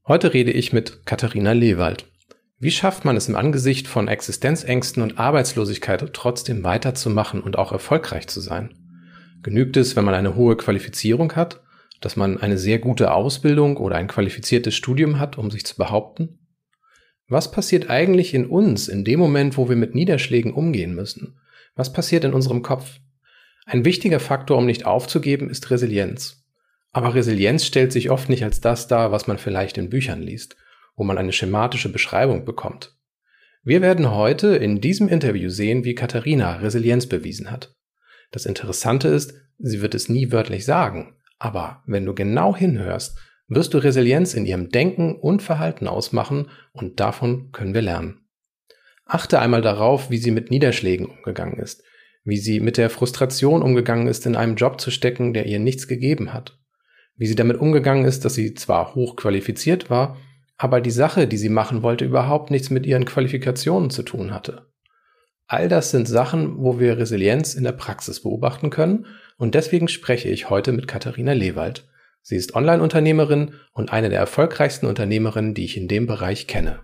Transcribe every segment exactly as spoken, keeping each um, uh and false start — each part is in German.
Heute rede ich mit Katharina Lewald. Wie schafft man es im Angesicht von Existenzängsten und Arbeitslosigkeit trotzdem weiterzumachen und auch erfolgreich zu sein? Genügt es, wenn man eine hohe Qualifizierung hat, dass man eine sehr gute Ausbildung oder ein qualifiziertes Studium hat, um sich zu behaupten? Was passiert eigentlich in uns in dem Moment, wo wir mit Niederschlägen umgehen müssen? Was passiert in unserem Kopf? Ein wichtiger Faktor, um nicht aufzugeben, ist Resilienz. Aber Resilienz stellt sich oft nicht als das dar, was man vielleicht in Büchern liest, wo man eine schematische Beschreibung bekommt. Wir werden heute in diesem Interview sehen, wie Katharina Resilienz bewiesen hat. Das Interessante ist, sie wird es nie wörtlich sagen, aber wenn du genau hinhörst, wirst du Resilienz in ihrem Denken und Verhalten ausmachen und davon können wir lernen. Achte einmal darauf, wie sie mit Niederschlägen umgegangen ist, wie sie mit der Frustration umgegangen ist, in einem Job zu stecken, der ihr nichts gegeben hat, wie sie damit umgegangen ist, dass sie zwar hochqualifiziert war, aber die Sache, die sie machen wollte, überhaupt nichts mit ihren Qualifikationen zu tun hatte. All das sind Sachen, wo wir Resilienz in der Praxis beobachten können und deswegen spreche ich heute mit Katharina Lewald. Sie ist Online-Unternehmerin und eine der erfolgreichsten Unternehmerinnen, die ich in dem Bereich kenne.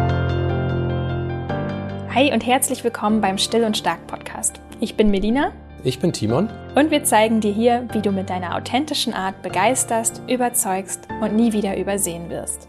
Hi und herzlich willkommen beim Still und Stark Podcast. Ich bin Melina. Ich bin Timon. Und wir zeigen dir hier, wie du mit deiner authentischen Art begeisterst, überzeugst und nie wieder übersehen wirst.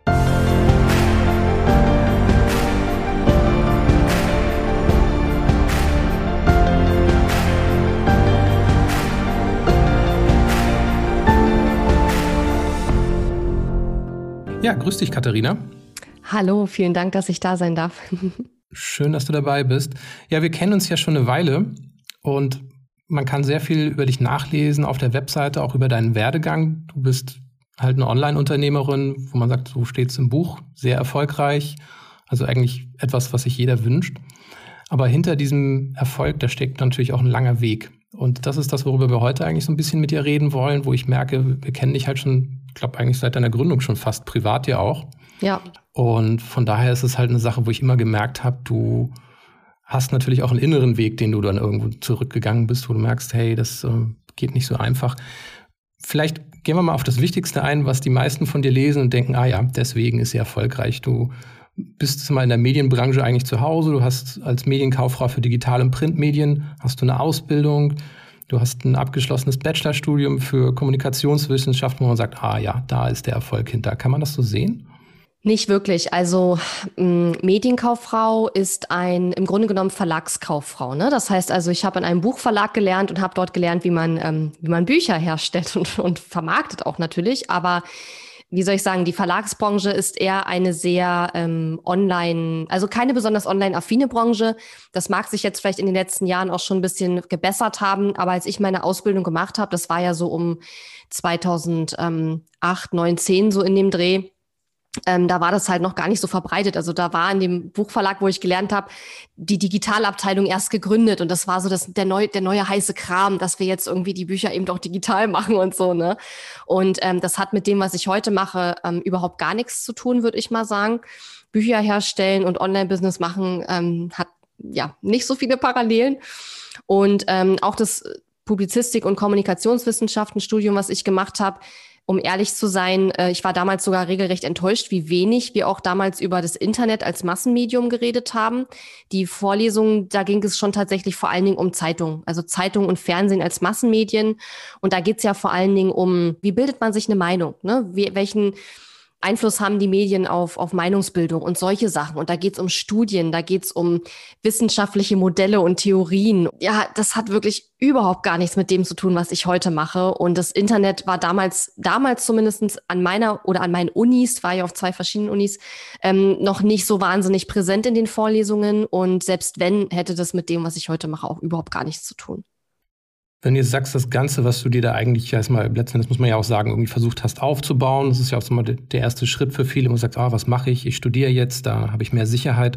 Ja, grüß dich, Katharina. Hallo, vielen Dank, dass ich da sein darf. Schön, dass du dabei bist. Ja, wir kennen uns ja schon eine Weile und man kann sehr viel über dich nachlesen auf der Webseite, auch über deinen Werdegang. Du bist halt eine Online-Unternehmerin, wo man sagt, so steht's im Buch, sehr erfolgreich. Also eigentlich etwas, was sich jeder wünscht. Aber hinter diesem Erfolg, da steckt natürlich auch ein langer Weg. Und das ist das, worüber wir heute eigentlich so ein bisschen mit dir reden wollen, wo ich merke, wir kennen dich halt schon, ich glaube eigentlich seit deiner Gründung schon fast, privat ja auch. Ja. Und von daher ist es halt eine Sache, wo ich immer gemerkt habe, du hast natürlich auch einen inneren Weg, den du dann irgendwo zurückgegangen bist, wo du merkst, hey, das äh, geht nicht so einfach. Vielleicht gehen wir mal auf das Wichtigste ein, was die meisten von dir lesen und denken, ah ja, deswegen ist sie erfolgreich. Du bist mal in der Medienbranche eigentlich zu Hause, du hast als Medienkauffrau für Digital- und Printmedien, hast du eine Ausbildung, du hast ein abgeschlossenes Bachelorstudium für Kommunikationswissenschaften, wo man sagt, ah ja, da ist der Erfolg hinter. Kann man das so sehen? Nicht wirklich. Also m, Medienkauffrau ist ein im Grunde genommen Verlagskauffrau. Ne? Das heißt also, ich habe in einem Buchverlag gelernt und habe dort gelernt, wie man ähm, wie man Bücher herstellt und, und vermarktet auch natürlich. Aber wie soll ich sagen, die Verlagsbranche ist eher eine sehr ähm, online, also keine besonders online-affine Branche. Das mag sich jetzt vielleicht in den letzten Jahren auch schon ein bisschen gebessert haben. Aber als ich meine Ausbildung gemacht habe, das war ja so um zweitausendacht, neun, zehn so in dem Dreh, Ähm, da war das halt noch gar nicht so verbreitet. Also da war in dem Buchverlag, wo ich gelernt habe, die Digitalabteilung erst gegründet. Und das war so das, der, neu, der neue heiße Kram, dass wir jetzt irgendwie die Bücher eben doch digital machen und so, ne? Und ähm, das hat mit dem, was ich heute mache, ähm, überhaupt gar nichts zu tun, würde ich mal sagen. Bücher herstellen und Online-Business machen ähm, hat ja nicht so viele Parallelen. Und ähm, auch das Publizistik- und Kommunikationswissenschaften-Studium, was ich gemacht habe, um ehrlich zu sein, ich war damals sogar regelrecht enttäuscht, wie wenig wir auch damals über das Internet als Massenmedium geredet haben. Die Vorlesungen, da ging es schon tatsächlich vor allen Dingen um Zeitung, also Zeitung und Fernsehen als Massenmedien. Und da geht es ja vor allen Dingen um, wie bildet man sich eine Meinung, ne? Wie, welchen Einfluss haben die Medien auf, auf Meinungsbildung und solche Sachen. Und da geht es um Studien, da geht es um wissenschaftliche Modelle und Theorien. Ja, das hat wirklich überhaupt gar nichts mit dem zu tun, was ich heute mache. Und das Internet war damals, damals zumindest an meiner oder an meinen Unis, war ja auf zwei verschiedenen Unis, ähm, noch nicht so wahnsinnig präsent in den Vorlesungen. Und selbst wenn, hätte das mit dem, was ich heute mache, auch überhaupt gar nichts zu tun. Wenn du jetzt sagst, das Ganze, was du dir da eigentlich erstmal, letztendlich muss man ja auch sagen, irgendwie versucht hast aufzubauen, das ist ja auch so mal der erste Schritt für viele, wo man sagt, ah, was mache ich? Ich studiere jetzt, da habe ich mehr Sicherheit.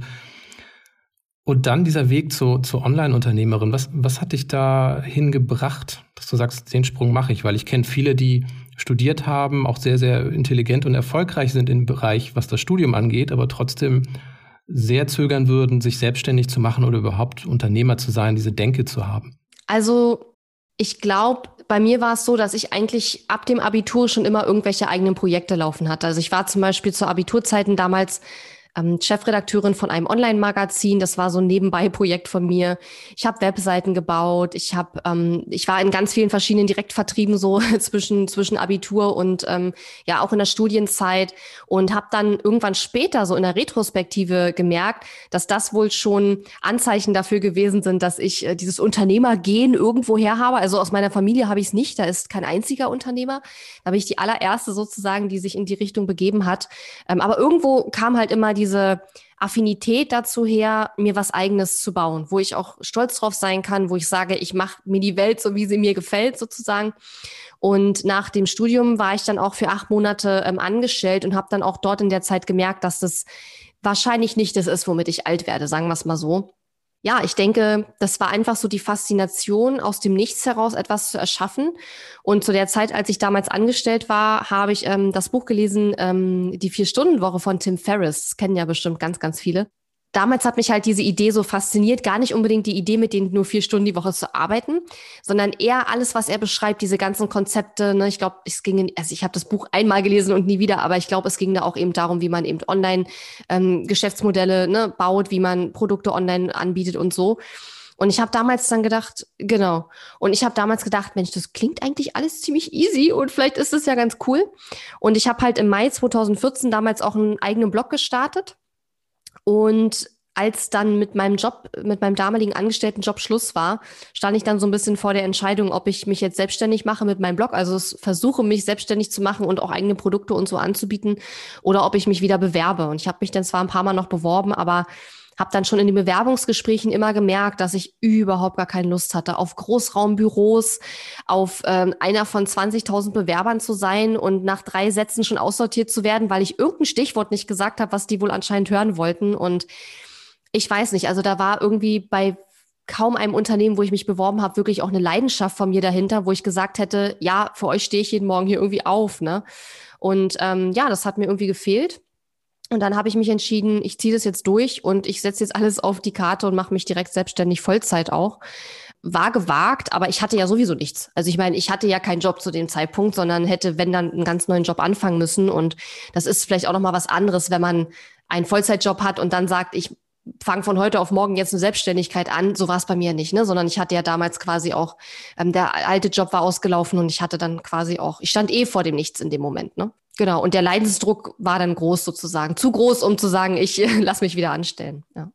Und dann dieser Weg zu, zur Online-Unternehmerin, was, was hat dich da hingebracht, dass du sagst, den Sprung mache ich? Weil ich kenne viele, die studiert haben, auch sehr, sehr intelligent und erfolgreich sind im Bereich, was das Studium angeht, aber trotzdem sehr zögern würden, sich selbstständig zu machen oder überhaupt Unternehmer zu sein, diese Denke zu haben. Also Ich glaube, bei mir war es so, dass ich eigentlich ab dem Abitur schon immer irgendwelche eigenen Projekte laufen hatte. Also ich war zum Beispiel zu Abiturzeiten damals ähm, Chefredakteurin von einem Online-Magazin. Das war so ein Nebenbei-Projekt von mir. Ich habe Webseiten gebaut. Ich habe, ähm, ich war in ganz vielen verschiedenen Direktvertrieben so zwischen zwischen Abitur und ähm, ja auch in der Studienzeit und habe dann irgendwann später so in der Retrospektive gemerkt, dass das wohl schon Anzeichen dafür gewesen sind, dass ich äh, dieses Unternehmergehen irgendwo her habe. Also aus meiner Familie habe ich es nicht. Da ist kein einziger Unternehmer. Da bin ich die allererste sozusagen, die sich in die Richtung begeben hat. Ähm, aber irgendwo kam halt immer diese Affinität dazu her, mir was Eigenes zu bauen, wo ich auch stolz drauf sein kann, wo ich sage, ich mache mir die Welt so, wie sie mir gefällt sozusagen. Und nach dem Studium war ich dann auch für acht Monate ähm, angestellt und habe dann auch dort in der Zeit gemerkt, dass das wahrscheinlich nicht das ist, womit ich alt werde, sagen wir es mal so. Ja, ich denke, das war einfach so die Faszination, aus dem Nichts heraus etwas zu erschaffen. Und zu der Zeit, als ich damals angestellt war, habe ich ähm, das Buch gelesen, ähm, Die Vier-Stunden-Woche von Tim Ferriss. Das kennen ja bestimmt ganz, ganz viele. Damals hat mich halt diese Idee so fasziniert, gar nicht unbedingt die Idee, mit denen nur vier Stunden die Woche zu arbeiten, sondern eher alles, was er beschreibt, diese ganzen Konzepte. Ne? Ich glaube, es ging, in, also ich habe das Buch einmal gelesen und nie wieder, aber ich glaube, es ging da auch eben darum, wie man eben online ähm, Geschäftsmodelle ne, baut, wie man Produkte online anbietet und so. Und ich habe damals dann gedacht, genau, und ich habe damals gedacht, Mensch, das klingt eigentlich alles ziemlich easy und vielleicht ist es ja ganz cool. Und ich habe halt im Mai zweitausendvierzehn damals auch einen eigenen Blog gestartet. Und als dann mit meinem Job, mit meinem damaligen Angestelltenjob Schluss war, stand ich dann so ein bisschen vor der Entscheidung, ob ich mich jetzt selbstständig mache mit meinem Blog, also versuche mich selbstständig zu machen und auch eigene Produkte und so anzubieten, oder ob ich mich wieder bewerbe. Und ich habe mich dann zwar ein paar Mal noch beworben, aber habe dann schon in den Bewerbungsgesprächen immer gemerkt, dass ich überhaupt gar keine Lust hatte, auf Großraumbüros, auf ähm, einer von zwanzigtausend Bewerbern zu sein und nach drei Sätzen schon aussortiert zu werden, weil ich irgendein Stichwort nicht gesagt habe, was die wohl anscheinend hören wollten. Und ich weiß nicht, also da war irgendwie bei kaum einem Unternehmen, wo ich mich beworben habe, wirklich auch eine Leidenschaft von mir dahinter, wo ich gesagt hätte, ja, für euch stehe ich jeden Morgen hier irgendwie auf, ne? Und ähm, ja, das hat mir irgendwie gefehlt. Und dann habe ich mich entschieden, ich ziehe das jetzt durch und ich setze jetzt alles auf die Karte und mache mich direkt selbstständig, Vollzeit auch. War gewagt, aber ich hatte ja sowieso nichts. Also ich meine, ich hatte ja keinen Job zu dem Zeitpunkt, sondern hätte, wenn dann, einen ganz neuen Job anfangen müssen. Und das ist vielleicht auch nochmal was anderes, wenn man einen Vollzeitjob hat und dann sagt, ich fange von heute auf morgen jetzt eine Selbstständigkeit an. So war es bei mir nicht, ne? Sondern ich hatte ja damals quasi auch, ähm, der alte Job war ausgelaufen und ich hatte dann quasi auch, ich stand eh vor dem Nichts in dem Moment, ne? Genau, und der Leidensdruck war dann groß sozusagen. Zu groß, um zu sagen, ich äh, lass mich wieder anstellen. Ja.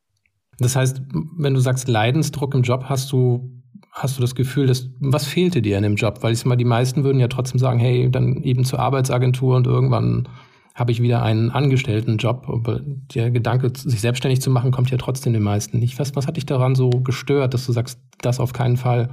Das heißt, wenn du sagst Leidensdruck im Job, hast du, hast du das Gefühl, dass, was fehlte dir in dem Job? Weil ich sag mal, die meisten würden ja trotzdem sagen, hey, dann eben zur Arbeitsagentur und irgendwann habe ich wieder einen Angestelltenjob. Aber der Gedanke, sich selbstständig zu machen, kommt ja trotzdem den meisten nicht. Was, was hat dich daran so gestört, dass du sagst, das auf keinen Fall?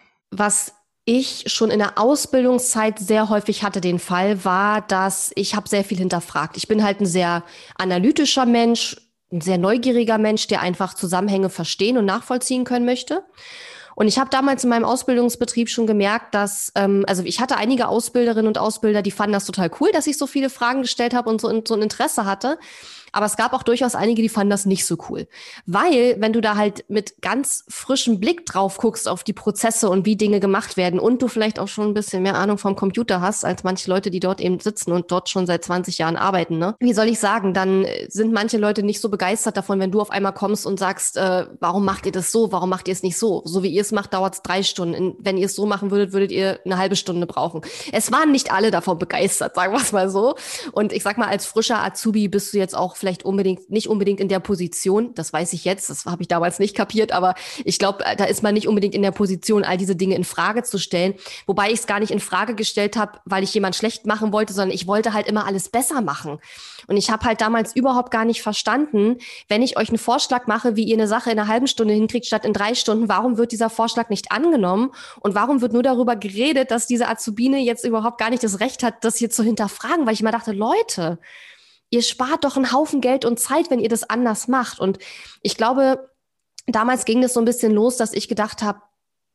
Was ich schon in der Ausbildungszeit sehr häufig hatte den Fall, war, dass ich habe sehr viel hinterfragt. Ich bin halt ein sehr analytischer Mensch, ein sehr neugieriger Mensch, der einfach Zusammenhänge verstehen und nachvollziehen können möchte. Und ich habe damals in meinem Ausbildungsbetrieb schon gemerkt, dass, ähm, also ich hatte einige Ausbilderinnen und Ausbilder, die fanden das total cool, dass ich so viele Fragen gestellt habe und so, so ein Interesse hatte. Aber es gab auch durchaus einige, die fanden das nicht so cool. Weil, wenn du da halt mit ganz frischem Blick drauf guckst auf die Prozesse und wie Dinge gemacht werden und du vielleicht auch schon ein bisschen mehr Ahnung vom Computer hast, als manche Leute, die dort eben sitzen und dort schon seit zwanzig Jahren arbeiten, ne? Wie soll ich sagen, dann sind manche Leute nicht so begeistert davon, wenn du auf einmal kommst und sagst, äh, warum macht ihr das so? Warum macht ihr es nicht so? So wie ihr es macht, dauert es drei Stunden. Wenn ihr es so machen würdet, würdet ihr eine halbe Stunde brauchen. Es waren nicht alle davon begeistert, sagen wir es mal so. Und ich sag mal, als frischer Azubi bist du jetzt auch vielleicht unbedingt, nicht unbedingt in der Position, das weiß ich jetzt, das habe ich damals nicht kapiert, aber ich glaube, da ist man nicht unbedingt in der Position, all diese Dinge in Frage zu stellen, wobei ich es gar nicht in Frage gestellt habe, weil ich jemand schlecht machen wollte, sondern ich wollte halt immer alles besser machen. Und ich habe halt damals überhaupt gar nicht verstanden, wenn ich euch einen Vorschlag mache, wie ihr eine Sache in einer halben Stunde hinkriegt statt in drei Stunden, warum wird dieser Vorschlag nicht angenommen und warum wird nur darüber geredet, dass diese Azubine jetzt überhaupt gar nicht das Recht hat, das hier zu hinterfragen, weil ich immer dachte, Leute, ihr spart doch einen Haufen Geld und Zeit, wenn ihr das anders macht. Und ich glaube, damals ging das so ein bisschen los, dass ich gedacht habe,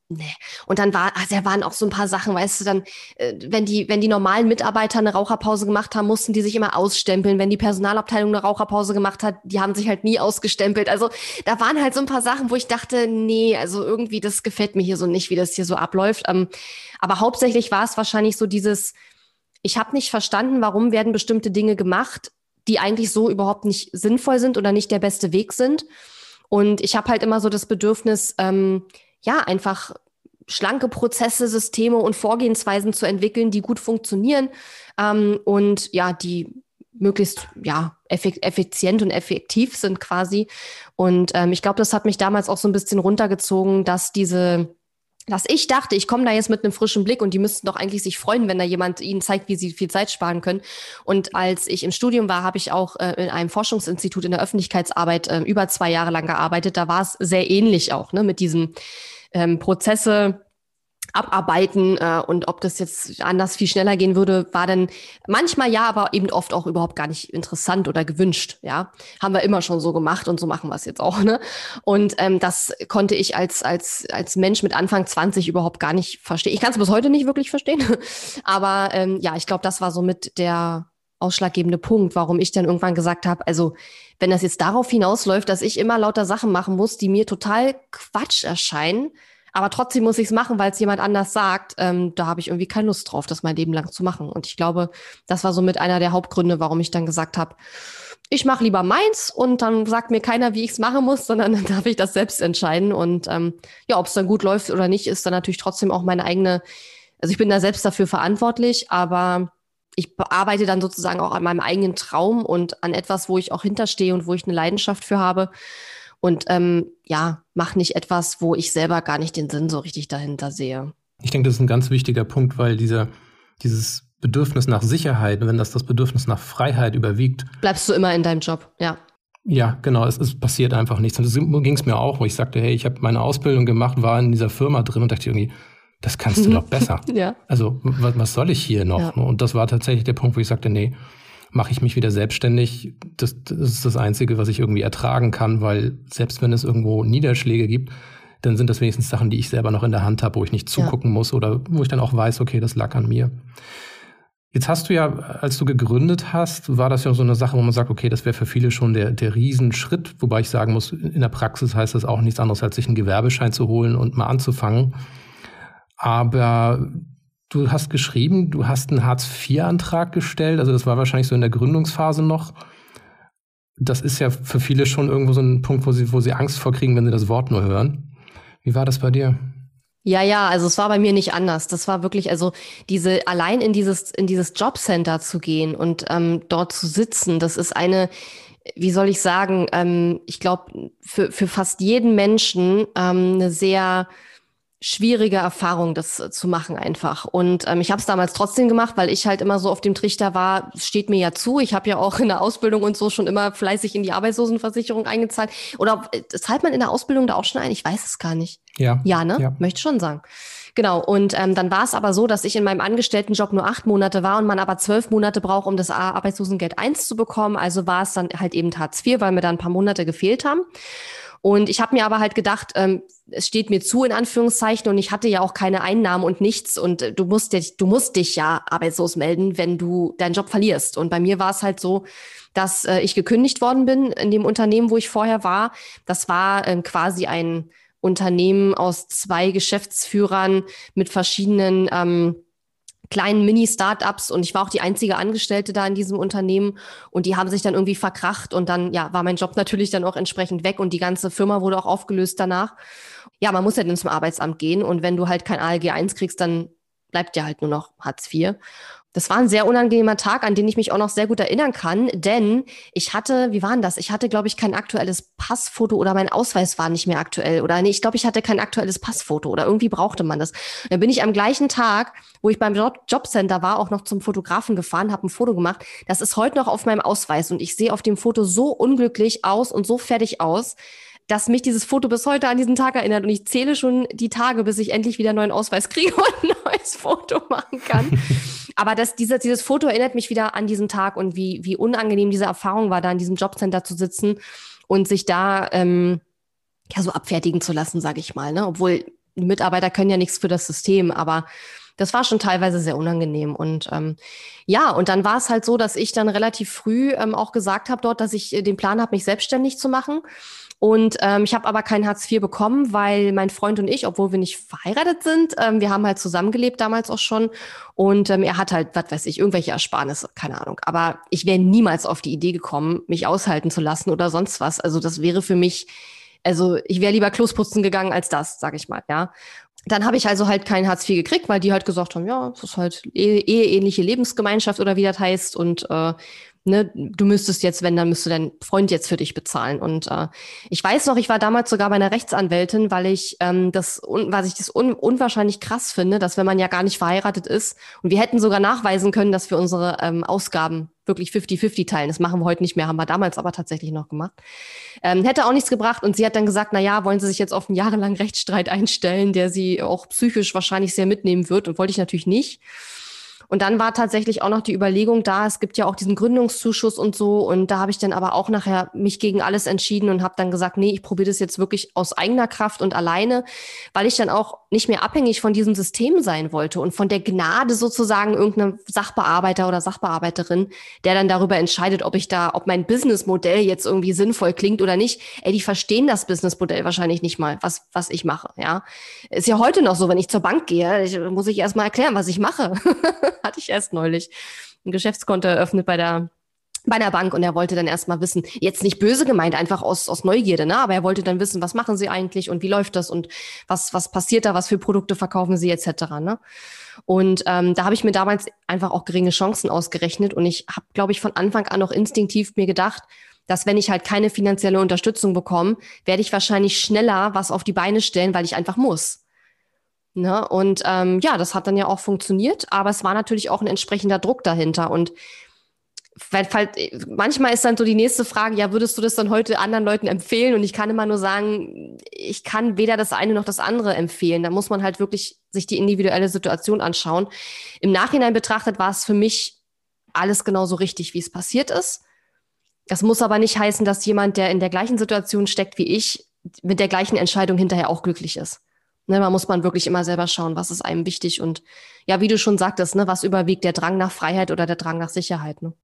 Nee. Und dann war, also da waren auch so ein paar Sachen, weißt du, dann, äh, wenn die, wenn die normalen Mitarbeiter eine Raucherpause gemacht haben, mussten die sich immer ausstempeln. Wenn die Personalabteilung eine Raucherpause gemacht hat, die haben sich halt nie ausgestempelt. Also da waren halt so ein paar Sachen, wo ich dachte, nee, also irgendwie, das gefällt mir hier so nicht, wie das hier so abläuft. Ähm, aber hauptsächlich war es wahrscheinlich so dieses, ich habe nicht verstanden, warum werden bestimmte Dinge gemacht, die eigentlich so überhaupt nicht sinnvoll sind oder nicht der beste Weg sind. Und ich habe halt immer so das Bedürfnis, ähm, ja, einfach schlanke Prozesse, Systeme und Vorgehensweisen zu entwickeln, die gut funktionieren ähm, und ja, die möglichst ja effizient und effektiv sind quasi. Und ähm, ich glaube, das hat mich damals auch so ein bisschen runtergezogen, dass diese dass ich dachte, ich komme da jetzt mit einem frischen Blick und die müssten doch eigentlich sich freuen, wenn da jemand ihnen zeigt, wie sie viel Zeit sparen können. Und als ich im Studium war, habe ich auch äh, in einem Forschungsinstitut in der Öffentlichkeitsarbeit äh, über zwei Jahre lang gearbeitet. Da war es sehr ähnlich auch, ne, mit diesen ähm, Prozesse abarbeiten äh, und ob das jetzt anders viel schneller gehen würde, war dann manchmal ja, aber eben oft auch überhaupt gar nicht interessant oder gewünscht, ja. Haben wir immer schon so gemacht und so machen wir es jetzt auch, ne? Und ähm, das konnte ich als als als Mensch mit Anfang zwanzig überhaupt gar nicht verstehen. Ich kann es bis heute nicht wirklich verstehen, aber ähm, ja, ich glaube, das war so mit der ausschlaggebende Punkt, warum ich dann irgendwann gesagt habe, also wenn das jetzt darauf hinausläuft, dass ich immer lauter Sachen machen muss, die mir total Quatsch erscheinen, aber trotzdem muss ich es machen, weil es jemand anders sagt. Ähm, da habe ich irgendwie keine Lust drauf, das mein Leben lang zu machen. Und ich glaube, das war somit einer der Hauptgründe, warum ich dann gesagt habe, ich mache lieber meins und dann sagt mir keiner, wie ich es machen muss, sondern dann darf ich das selbst entscheiden. Und ähm, ja, ob es dann gut läuft oder nicht, ist dann natürlich trotzdem auch meine eigene, also ich bin da selbst dafür verantwortlich, aber ich arbeite dann sozusagen auch an meinem eigenen Traum und an etwas, wo ich auch hinterstehe und wo ich eine Leidenschaft für habe. Und ähm, ja, mach nicht etwas, wo ich selber gar nicht den Sinn so richtig dahinter sehe. Ich denke, das ist ein ganz wichtiger Punkt, weil dieser, dieses Bedürfnis nach Sicherheit, wenn das das Bedürfnis nach Freiheit überwiegt. Bleibst du immer in deinem Job, ja. Ja, genau, es, es passiert einfach nichts. Und so ging es mir auch, wo ich sagte, hey, ich habe meine Ausbildung gemacht, war in dieser Firma drin und dachte irgendwie, das kannst du doch besser. Ja. Also was, was soll ich hier noch? Ja. Und das war tatsächlich der Punkt, wo ich sagte, nee, mache ich mich wieder selbstständig. Das, das ist das Einzige, was ich irgendwie ertragen kann, weil selbst wenn es irgendwo Niederschläge gibt, dann sind das wenigstens Sachen, die ich selber noch in der Hand habe, wo ich nicht zugucken ja. muss oder wo ich dann auch weiß, okay, das lag an mir. Jetzt hast du ja, als du gegründet hast, war das ja so eine Sache, wo man sagt, okay, das wäre für viele schon der, der Riesenschritt, wobei ich sagen muss, in der Praxis heißt das auch nichts anderes, als sich einen Gewerbeschein zu holen und mal anzufangen. Aber du hast geschrieben, du hast einen Hartz vier Antrag gestellt, also das war wahrscheinlich so in der Gründungsphase noch. Das ist ja für viele schon irgendwo so ein Punkt, wo sie, wo sie Angst vorkriegen, wenn sie das Wort nur hören. Wie war das bei dir? Ja, ja, also es war bei mir nicht anders. Das war wirklich, also diese, allein in dieses, in dieses Jobcenter zu gehen und ähm, dort zu sitzen, das ist eine, wie soll ich sagen, ähm, ich glaube, für, für fast jeden Menschen ähm, eine sehr schwierige Erfahrung, das äh, zu machen einfach. Und ähm, ich habe es damals trotzdem gemacht, weil ich halt immer so auf dem Trichter war, steht mir ja zu. Ich habe ja auch in der Ausbildung und so schon immer fleißig in die Arbeitslosenversicherung eingezahlt. Oder äh, zahlt man in der Ausbildung da auch schon ein? Ich weiß es gar nicht. Ja. Ja, ne? Ja. Möchte schon sagen. Genau. Und ähm, dann war es aber so, dass ich in meinem Angestelltenjob nur acht Monate war und man aber zwölf Monate braucht, um das Arbeitslosengeld eins zu bekommen. Also war es dann halt eben Hartz vier, weil mir da ein paar Monate gefehlt haben. Und ich habe mir aber halt gedacht, ähm, es steht mir zu, in Anführungszeichen, und ich hatte ja auch keine Einnahmen und nichts. Und äh, du musst dich, du musst dich ja arbeitslos melden, wenn du deinen Job verlierst. Und bei mir war es halt so, dass äh, ich gekündigt worden bin in dem Unternehmen, wo ich vorher war. Das war ähm, quasi ein Unternehmen aus zwei Geschäftsführern mit verschiedenen ähm, kleinen Mini-Startups, und ich war auch die einzige Angestellte da in diesem Unternehmen, und die haben sich dann irgendwie verkracht, und dann ja war mein Job natürlich dann auch entsprechend weg und die ganze Firma wurde auch aufgelöst danach. Ja, man muss ja dann zum Arbeitsamt gehen, und wenn du halt kein A L G eins kriegst, dann bleibt dir halt nur noch Hartz vier. Das war ein sehr unangenehmer Tag, an den ich mich auch noch sehr gut erinnern kann, denn ich hatte, wie war denn das? Ich hatte, glaube ich, kein aktuelles Passfoto, oder mein Ausweis war nicht mehr aktuell, oder nee, ich glaube, ich hatte kein aktuelles Passfoto, oder irgendwie brauchte man das. Und dann bin ich am gleichen Tag, wo ich beim Job- Jobcenter war, auch noch zum Fotografen gefahren, habe ein Foto gemacht. Das ist heute noch auf meinem Ausweis, und ich sehe auf dem Foto so unglücklich aus und so fertig aus, dass mich dieses Foto bis heute an diesen Tag erinnert, und ich zähle schon die Tage, bis ich endlich wieder einen neuen Ausweis kriege und ein neues Foto machen kann. Aber das, dieses, dieses Foto erinnert mich wieder an diesen Tag und wie, wie unangenehm diese Erfahrung war, da in diesem Jobcenter zu sitzen und sich da ähm, ja so abfertigen zu lassen, sage ich mal. Ne? Obwohl die Mitarbeiter können ja nichts für das System, aber das war schon teilweise sehr unangenehm. Und ähm, ja, und dann war es halt so, dass ich dann relativ früh ähm, auch gesagt habe dort, dass ich den Plan habe, mich selbstständig zu machen. Und ähm, ich habe aber kein Hartz vier bekommen, weil mein Freund und ich, obwohl wir nicht verheiratet sind, ähm, wir haben halt zusammengelebt damals auch schon. Und ähm, er hat halt, was weiß ich, irgendwelche Ersparnisse, keine Ahnung. Aber ich wäre niemals auf die Idee gekommen, mich aushalten zu lassen oder sonst was. Also das wäre für mich, also ich wäre lieber Klosputzen gegangen als das, sag ich mal, ja. Dann habe ich also halt kein Hartz vier gekriegt, weil die halt gesagt haben, ja, das ist halt eheähnliche Lebensgemeinschaft oder wie das heißt. Und äh, ne, du müsstest jetzt, wenn, dann müsste dein Freund jetzt für dich bezahlen. Und äh, ich weiß noch, ich war damals sogar bei einer Rechtsanwältin, weil ich ähm, das, un, was ich das un, unwahrscheinlich krass finde, dass wenn man ja gar nicht verheiratet ist und wir hätten sogar nachweisen können, dass wir unsere ähm, Ausgaben wirklich fifty fifty teilen. Das machen wir heute nicht mehr, haben wir damals aber tatsächlich noch gemacht. Ähm, hätte auch nichts gebracht. Und sie hat dann gesagt, na ja, wollen Sie sich jetzt auf einen jahrelangen Rechtsstreit einstellen, der Sie auch psychisch wahrscheinlich sehr mitnehmen wird. Und wollte ich natürlich nicht. Und dann war tatsächlich auch noch die Überlegung da, es gibt ja auch diesen Gründungszuschuss und so. Und da habe ich dann aber auch nachher mich gegen alles entschieden und habe dann gesagt, nee, ich probiere das jetzt wirklich aus eigener Kraft und alleine, weil ich dann auch nicht mehr abhängig von diesem System sein wollte und von der Gnade sozusagen irgendeinem Sachbearbeiter oder Sachbearbeiterin, der dann darüber entscheidet, ob ich da, ob mein Businessmodell jetzt irgendwie sinnvoll klingt oder nicht. Ey, die verstehen das Businessmodell wahrscheinlich nicht mal, was, was ich mache, ja. Ist ja heute noch so, wenn ich zur Bank gehe, ich, muss ich erst mal erklären, was ich mache. Hatte ich erst neulich ein Geschäftskonto eröffnet bei der bei der Bank und er wollte dann erst mal wissen, jetzt nicht böse gemeint, einfach aus aus Neugierde, ne, aber er wollte dann wissen, was machen Sie eigentlich und wie läuft das und was was passiert da, was für Produkte verkaufen Sie et cetera, ne? Und ähm, da habe ich mir damals einfach auch geringe Chancen ausgerechnet und ich habe, glaube ich, von Anfang an auch instinktiv mir gedacht, dass wenn ich halt keine finanzielle Unterstützung bekomme, werde ich wahrscheinlich schneller was auf die Beine stellen, weil ich einfach muss. Ne? Und ähm, ja, das hat dann ja auch funktioniert, aber es war natürlich auch ein entsprechender Druck dahinter. Und weil, weil, manchmal ist dann so die nächste Frage, ja, würdest du das dann heute anderen Leuten empfehlen? Und ich kann immer nur sagen, ich kann weder das eine noch das andere empfehlen. Da muss man halt wirklich sich die individuelle Situation anschauen. Im Nachhinein betrachtet war es für mich alles genauso richtig, wie es passiert ist. Das muss aber nicht heißen, dass jemand, der in der gleichen Situation steckt wie ich, mit der gleichen Entscheidung hinterher auch glücklich ist. Ne, man muss man wirklich immer selber schauen, was ist einem wichtig und ja, wie du schon sagtest, ne, was überwiegt, der Drang nach Freiheit oder der Drang nach Sicherheit, ne?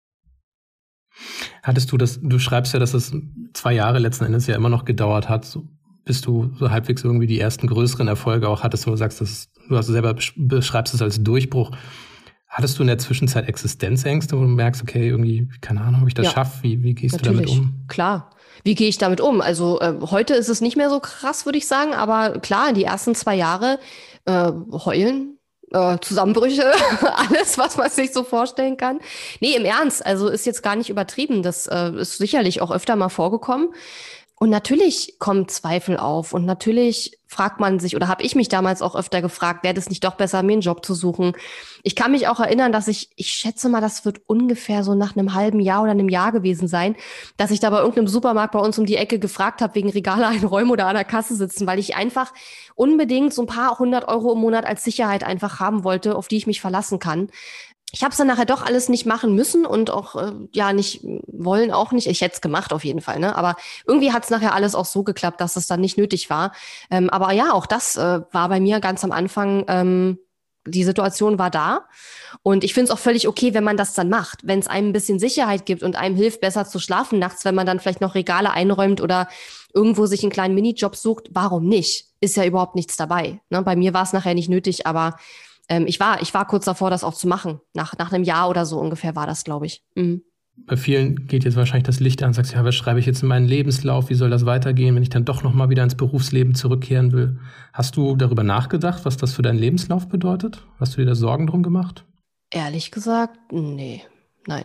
Hattest du das, du schreibst ja, dass es zwei Jahre letzten Endes ja immer noch gedauert hat, so, bis du so halbwegs irgendwie die ersten größeren Erfolge auch hattest, wo du sagst, dass, du hast selber beschreibst es als Durchbruch. Hattest du in der Zwischenzeit Existenzängste, wo du merkst, okay, irgendwie, keine Ahnung, ob ich das ja, schaffe, wie, wie gehst natürlich. du damit um? Klar. Wie gehe ich damit um? Also äh, heute ist es nicht mehr so krass, würde ich sagen, aber klar, die ersten zwei Jahre äh, heulen, äh, Zusammenbrüche, alles, was man sich so vorstellen kann. Nee, im Ernst, also ist jetzt gar nicht übertrieben. Das äh, ist sicherlich auch öfter mal vorgekommen. Und natürlich kommen Zweifel auf und natürlich fragt man sich, oder habe ich mich damals auch öfter gefragt, wäre das nicht doch besser, mir einen Job zu suchen? Ich kann mich auch erinnern, dass ich, ich schätze mal, das wird ungefähr so nach einem halben Jahr oder einem Jahr gewesen sein, dass ich da bei irgendeinem Supermarkt bei uns um die Ecke gefragt habe, wegen Regale einräumen oder an der Kasse sitzen, weil ich einfach unbedingt so ein paar hundert Euro im Monat als Sicherheit einfach haben wollte, auf die ich mich verlassen kann. Ich habe es dann nachher doch alles nicht machen müssen und auch äh, ja nicht wollen auch nicht. Ich hätte es gemacht auf jeden Fall, ne? Aber irgendwie hat es nachher alles auch so geklappt, dass es dann nicht nötig war. Ähm, aber ja, auch das äh, war bei mir ganz am Anfang. Ähm, die Situation war da und ich finde es auch völlig okay, wenn man das dann macht, wenn es einem ein bisschen Sicherheit gibt und einem hilft, besser zu schlafen nachts, wenn man dann vielleicht noch Regale einräumt oder irgendwo sich einen kleinen Minijob sucht. Warum nicht? Ist ja überhaupt nichts dabei. Ne? Bei mir war es nachher nicht nötig, aber Ich war, ich war kurz davor, das auch zu machen. Nach, nach einem Jahr oder so ungefähr war das, glaube ich. Mhm. Bei vielen geht jetzt wahrscheinlich das Licht an und sagst, ja, was schreibe ich jetzt in meinen Lebenslauf? Wie soll das weitergehen, wenn ich dann doch nochmal wieder ins Berufsleben zurückkehren will? Hast du darüber nachgedacht, was das für deinen Lebenslauf bedeutet? Hast du dir da Sorgen drum gemacht? Ehrlich gesagt, nee, nein.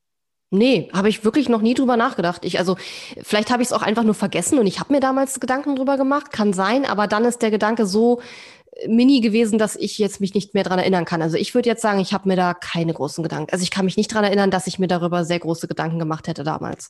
Nee, habe ich wirklich noch nie drüber nachgedacht. Ich, also, vielleicht habe ich es auch einfach nur vergessen und ich habe mir damals Gedanken drüber gemacht, kann sein, aber dann ist der Gedanke so mini gewesen, dass ich jetzt mich nicht mehr dran erinnern kann. Also ich würde jetzt sagen, ich habe mir da keine großen Gedanken. Also ich kann mich nicht dran erinnern, dass ich mir darüber sehr große Gedanken gemacht hätte damals.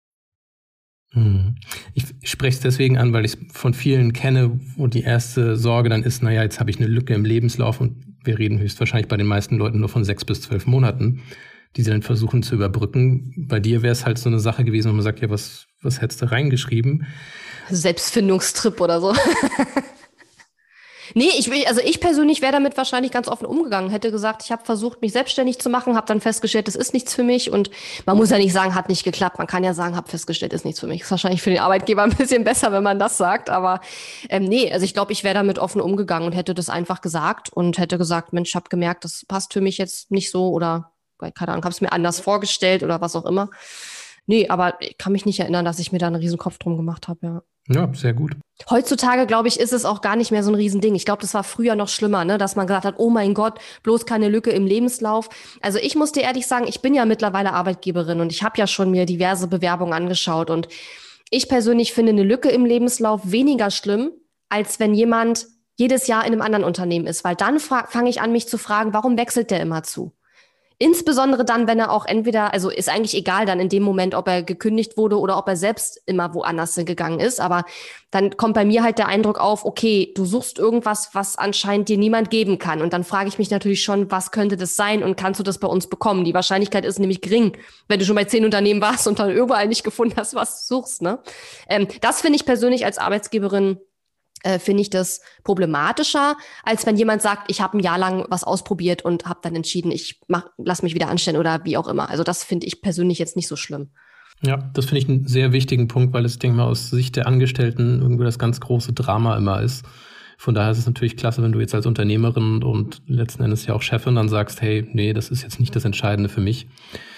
Hm. Ich spreche es deswegen an, weil ich es von vielen kenne, wo die erste Sorge dann ist, naja, jetzt habe ich eine Lücke im Lebenslauf und wir reden höchstwahrscheinlich bei den meisten Leuten nur von sechs bis zwölf Monaten, die sie dann versuchen zu überbrücken. Bei dir wäre es halt so eine Sache gewesen, wo man sagt, ja, was, was hättest du reingeschrieben? Selbstfindungstrip oder so. Nee, ich, will- also ich persönlich wäre damit wahrscheinlich ganz offen umgegangen. Hätte gesagt, ich habe versucht, mich selbstständig zu machen, habe dann festgestellt, das ist nichts für mich. Und man muss ja nicht sagen, hat nicht geklappt. Man kann ja sagen, habe festgestellt, ist nichts für mich. Ist wahrscheinlich für den Arbeitgeber ein bisschen besser, wenn man das sagt. Aber ähm, nee, also ich glaube, ich wäre damit offen umgegangen und hätte das einfach gesagt und hätte gesagt, Mensch, ich habe gemerkt, das passt für mich jetzt nicht so oder, keine Ahnung, habe es mir anders vorgestellt oder was auch immer. Nee, aber ich kann mich nicht erinnern, dass ich mir da einen riesen Kopf drum gemacht habe, ja. Ja, sehr gut. Heutzutage, glaube ich, ist es auch gar nicht mehr so ein Riesending. Ich glaube, das war früher noch schlimmer, ne? Dass man gesagt hat, oh mein Gott, bloß keine Lücke im Lebenslauf. Also ich muss dir ehrlich sagen, ich bin ja mittlerweile Arbeitgeberin und ich habe ja schon mir diverse Bewerbungen angeschaut. Und ich persönlich finde eine Lücke im Lebenslauf weniger schlimm, als wenn jemand jedes Jahr in einem anderen Unternehmen ist. Weil dann fange ich an, mich zu fragen, warum wechselt der immer zu? Insbesondere dann, wenn er auch entweder, also ist eigentlich egal dann in dem Moment, ob er gekündigt wurde oder ob er selbst immer woanders gegangen ist. Aber dann kommt bei mir halt der Eindruck auf, okay, du suchst irgendwas, was anscheinend dir niemand geben kann. Und dann frage ich mich natürlich schon, was könnte das sein und kannst du das bei uns bekommen? Die Wahrscheinlichkeit ist nämlich gering, wenn du schon bei zehn Unternehmen warst und dann überall nicht gefunden hast, was du suchst, ne? Ähm, das finde ich persönlich als Arbeitsgeberin äh, finde ich das problematischer, als wenn jemand sagt, ich habe ein Jahr lang was ausprobiert und habe dann entschieden, ich mach, lass mich wieder anstellen oder wie auch immer. Also das finde ich persönlich jetzt nicht so schlimm. Ja, das finde ich einen sehr wichtigen Punkt, weil es, denke ich mal, aus Sicht der Angestellten irgendwie das ganz große Drama immer ist. Von daher ist es natürlich klasse, wenn du jetzt als Unternehmerin und letzten Endes ja auch Chefin dann sagst, hey, nee, das ist jetzt nicht das Entscheidende für mich.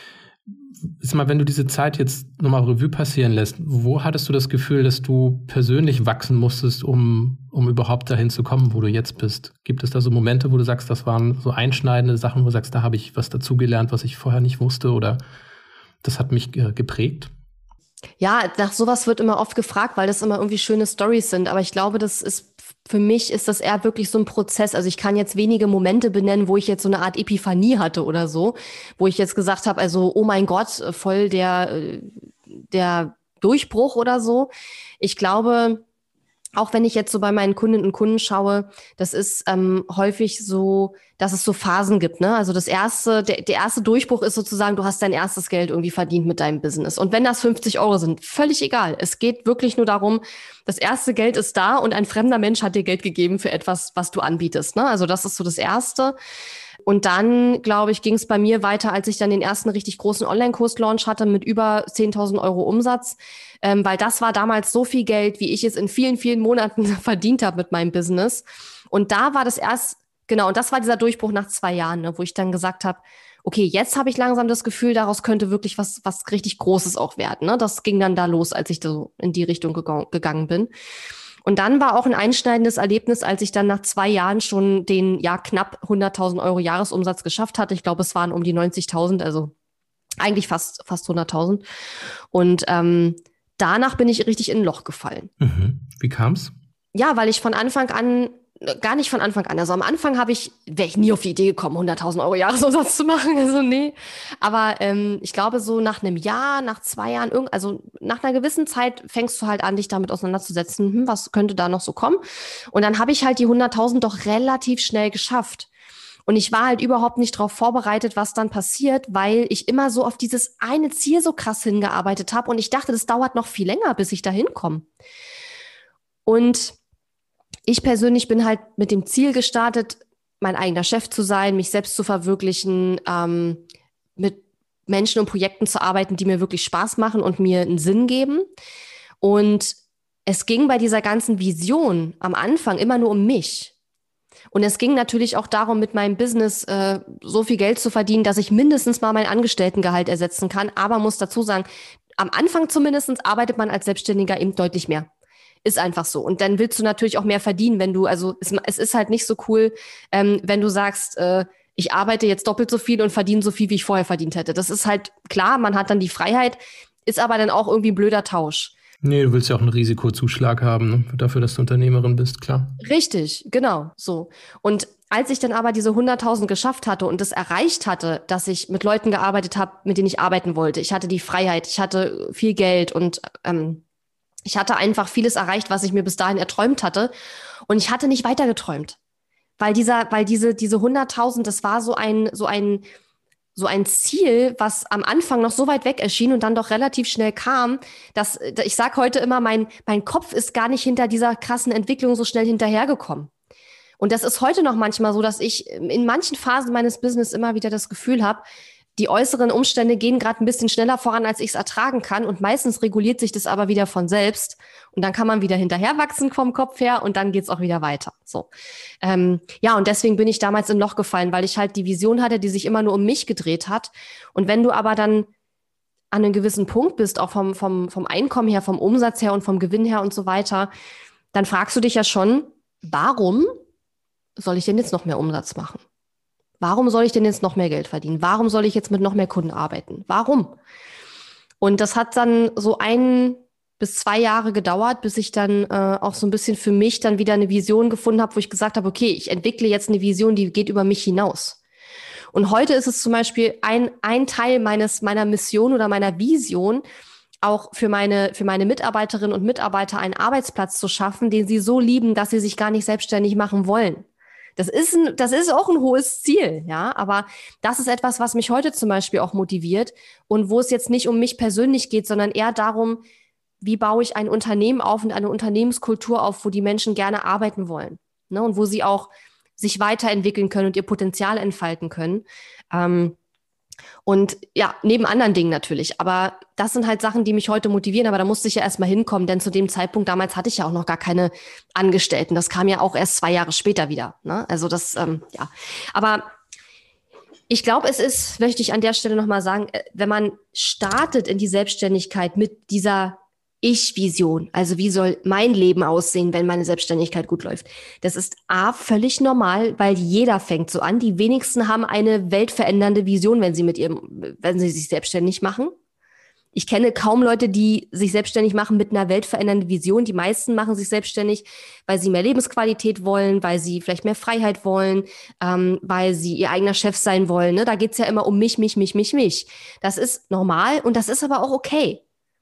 Ist mal, wenn du diese Zeit jetzt nochmal Revue passieren lässt, wo hattest du das Gefühl, dass du persönlich wachsen musstest, um, um überhaupt dahin zu kommen, wo du jetzt bist? Gibt es da so Momente, wo du sagst, das waren so einschneidende Sachen, wo du sagst, da habe ich was dazugelernt, was ich vorher nicht wusste oder das hat mich äh, geprägt? Ja, nach sowas wird immer oft gefragt, weil das immer irgendwie schöne Storys sind. Aber ich glaube, das ist, für mich ist das eher wirklich so ein Prozess. Also ich kann jetzt wenige Momente benennen, wo ich jetzt so eine Art Epiphanie hatte oder so, wo ich jetzt gesagt habe, also, oh mein Gott, voll der, der Durchbruch oder so. Ich glaube, auch wenn ich jetzt so bei meinen Kundinnen und Kunden schaue, das ist ähm, häufig so, dass es so Phasen gibt, ne? Also das erste, der, der erste Durchbruch ist sozusagen, du hast dein erstes Geld irgendwie verdient mit deinem Business. Und wenn das fünfzig Euro sind, völlig egal. Es geht wirklich nur darum, das erste Geld ist da und ein fremder Mensch hat dir Geld gegeben für etwas, was du anbietest, ne? Also das ist so das Erste. Und dann, glaube ich, ging es bei mir weiter, als ich dann den ersten richtig großen Online-Kurs-Launch hatte mit über zehntausend Euro Umsatz, ähm, weil das war damals so viel Geld, wie ich es in vielen, vielen Monaten verdient habe mit meinem Business. Und da war das erst, genau, und das war dieser Durchbruch nach zwei Jahren, ne, wo ich dann gesagt habe, okay, jetzt habe ich langsam das Gefühl, daraus könnte wirklich was, was richtig Großes auch werden. Ne? Das ging dann da los, als ich so in die Richtung geg- gegangen bin. Und dann war auch ein einschneidendes Erlebnis, als ich dann nach zwei Jahren schon den ja knapp hunderttausend Euro Jahresumsatz geschafft hatte. Ich glaube, es waren um die neunzigtausend, also eigentlich fast fast hunderttausend. Und ähm, danach bin ich richtig in ein Loch gefallen. Mhm. Wie kam's? Ja, weil ich von Anfang an, gar nicht von Anfang an, also am Anfang habe ich, wäre ich nie auf die Idee gekommen, hunderttausend Euro Jahresumsatz zu machen, also nee. Aber ähm, ich glaube, so nach einem Jahr, nach zwei Jahren, irgend, also nach einer gewissen Zeit fängst du halt an, dich damit auseinanderzusetzen, hm, was könnte da noch so kommen? Und dann habe ich halt die hunderttausend doch relativ schnell geschafft. Und ich war halt überhaupt nicht darauf vorbereitet, was dann passiert, weil ich immer so auf dieses eine Ziel so krass hingearbeitet habe und ich dachte, das dauert noch viel länger, bis ich da hinkomme. Und ich persönlich bin halt mit dem Ziel gestartet, mein eigener Chef zu sein, mich selbst zu verwirklichen, ähm, mit Menschen und Projekten zu arbeiten, die mir wirklich Spaß machen und mir einen Sinn geben. Und es ging bei dieser ganzen Vision am Anfang immer nur um mich. Und es ging natürlich auch darum, mit meinem Business äh, so viel Geld zu verdienen, dass ich mindestens mal mein Angestelltengehalt ersetzen kann. Aber muss dazu sagen, am Anfang zumindest arbeitet man als Selbstständiger eben deutlich mehr. Ist einfach so. Und dann willst du natürlich auch mehr verdienen, wenn du, also es, es ist halt nicht so cool, ähm, wenn du sagst, äh, ich arbeite jetzt doppelt so viel und verdiene so viel, wie ich vorher verdient hätte. Das ist halt klar, man hat dann die Freiheit, ist aber dann auch irgendwie ein blöder Tausch. Nee, du willst ja auch einen Risikozuschlag haben, ne? Dafür, dass du Unternehmerin bist, klar. Richtig, genau, so. Und als ich dann aber diese hunderttausend geschafft hatte und das erreicht hatte, dass ich mit Leuten gearbeitet habe, mit denen ich arbeiten wollte, ich hatte die Freiheit, ich hatte viel Geld und ähm, ich hatte einfach vieles erreicht, was ich mir bis dahin erträumt hatte. Und ich hatte nicht weiter geträumt. Weil dieser, weil diese, diese hunderttausend, das war so ein, so ein, so ein Ziel, was am Anfang noch so weit weg erschien und dann doch relativ schnell kam, dass, ich sag heute immer, mein, mein Kopf ist gar nicht hinter dieser krassen Entwicklung so schnell hinterhergekommen. Und das ist heute noch manchmal so, dass ich in manchen Phasen meines Business immer wieder das Gefühl habe, die äußeren Umstände gehen gerade ein bisschen schneller voran, als ich es ertragen kann. Und meistens reguliert sich das aber wieder von selbst. Und dann kann man wieder hinterher wachsen vom Kopf her und dann geht's auch wieder weiter. So, ähm, ja, und deswegen bin ich damals in ein Loch gefallen, weil ich halt die Vision hatte, die sich immer nur um mich gedreht hat. Und wenn du aber dann an einem gewissen Punkt bist, auch vom, vom, vom Einkommen her, vom Umsatz her und vom Gewinn her und so weiter, dann fragst du dich ja schon, warum soll ich denn jetzt noch mehr Umsatz machen? Warum soll ich denn jetzt noch mehr Geld verdienen? Warum soll ich jetzt mit noch mehr Kunden arbeiten? Warum? Und das hat dann so ein bis zwei Jahre gedauert, bis ich dann äh, auch so ein bisschen für mich dann wieder eine Vision gefunden habe, wo ich gesagt habe, okay, ich entwickle jetzt eine Vision, die geht über mich hinaus. Und heute ist es zum Beispiel ein, ein Teil meines, meiner Mission oder meiner Vision, auch für meine, für meine Mitarbeiterinnen und Mitarbeiter einen Arbeitsplatz zu schaffen, den sie so lieben, dass sie sich gar nicht selbstständig machen wollen. Das ist ein, das ist auch ein hohes Ziel, ja, aber das ist etwas, was mich heute zum Beispiel auch motiviert und wo es jetzt nicht um mich persönlich geht, sondern eher darum, wie baue ich ein Unternehmen auf und eine Unternehmenskultur auf, wo die Menschen gerne arbeiten wollen, ne, und wo sie auch sich weiterentwickeln können und ihr Potenzial entfalten können. Ähm, Und ja, neben anderen Dingen natürlich. Aber das sind halt Sachen, die mich heute motivieren. Aber da musste ich ja erstmal hinkommen, denn zu dem Zeitpunkt damals hatte ich ja auch noch gar keine Angestellten. Das kam ja auch erst zwei Jahre später wieder. Ne? Also das, ähm, ja. Aber ich glaube, es ist, möchte ich an der Stelle nochmal sagen, wenn man startet in die Selbstständigkeit mit dieser Ich-Vision, also wie soll mein Leben aussehen, wenn meine Selbstständigkeit gut läuft. Das ist A, völlig normal, weil jeder fängt so an. Die wenigsten haben eine weltverändernde Vision, wenn sie mit ihrem, wenn sie sich selbstständig machen. Ich kenne kaum Leute, die sich selbstständig machen mit einer weltverändernden Vision. Die meisten machen sich selbstständig, weil sie mehr Lebensqualität wollen, weil sie vielleicht mehr Freiheit wollen, ähm, weil sie ihr eigener Chef sein wollen. Ne? Da geht's ja immer um mich, mich, mich, mich, mich. Das ist normal und das ist aber auch okay.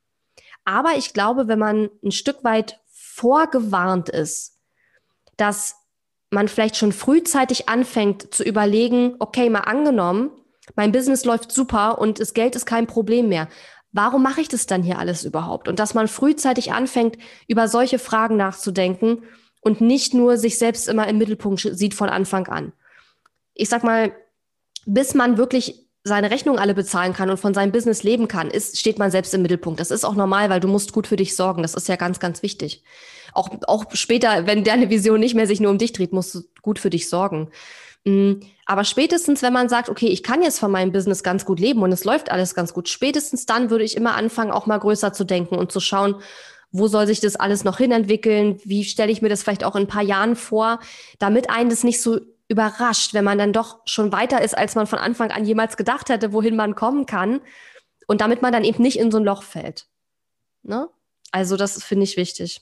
Aber ich glaube, wenn man ein Stück weit vorgewarnt ist, dass man vielleicht schon frühzeitig anfängt zu überlegen, okay, mal angenommen, mein Business läuft super und das Geld ist kein Problem mehr. Warum mache ich das dann hier alles überhaupt? Und dass man frühzeitig anfängt, über solche Fragen nachzudenken und nicht nur sich selbst immer im Mittelpunkt sieht von Anfang an. Ich sag mal, bis man wirklich seine Rechnungen alle bezahlen kann und von seinem Business leben kann, ist, steht man selbst im Mittelpunkt. Das ist auch normal, weil du musst gut für dich sorgen. Das ist ja ganz, ganz wichtig. Auch, auch später, wenn deine Vision nicht mehr sich nur um dich dreht, musst du gut für dich sorgen. Aber spätestens, wenn man sagt, okay, ich kann jetzt von meinem Business ganz gut leben und es läuft alles ganz gut, spätestens dann würde ich immer anfangen, auch mal größer zu denken und zu schauen, wo soll sich das alles noch hinentwickeln? Wie stelle ich mir das vielleicht auch in ein paar Jahren vor, damit einen das nicht so überrascht, wenn man dann doch schon weiter ist, als man von Anfang an jemals gedacht hätte, wohin man kommen kann. Und damit man dann eben nicht in so ein Loch fällt. Ne? Also das finde ich wichtig.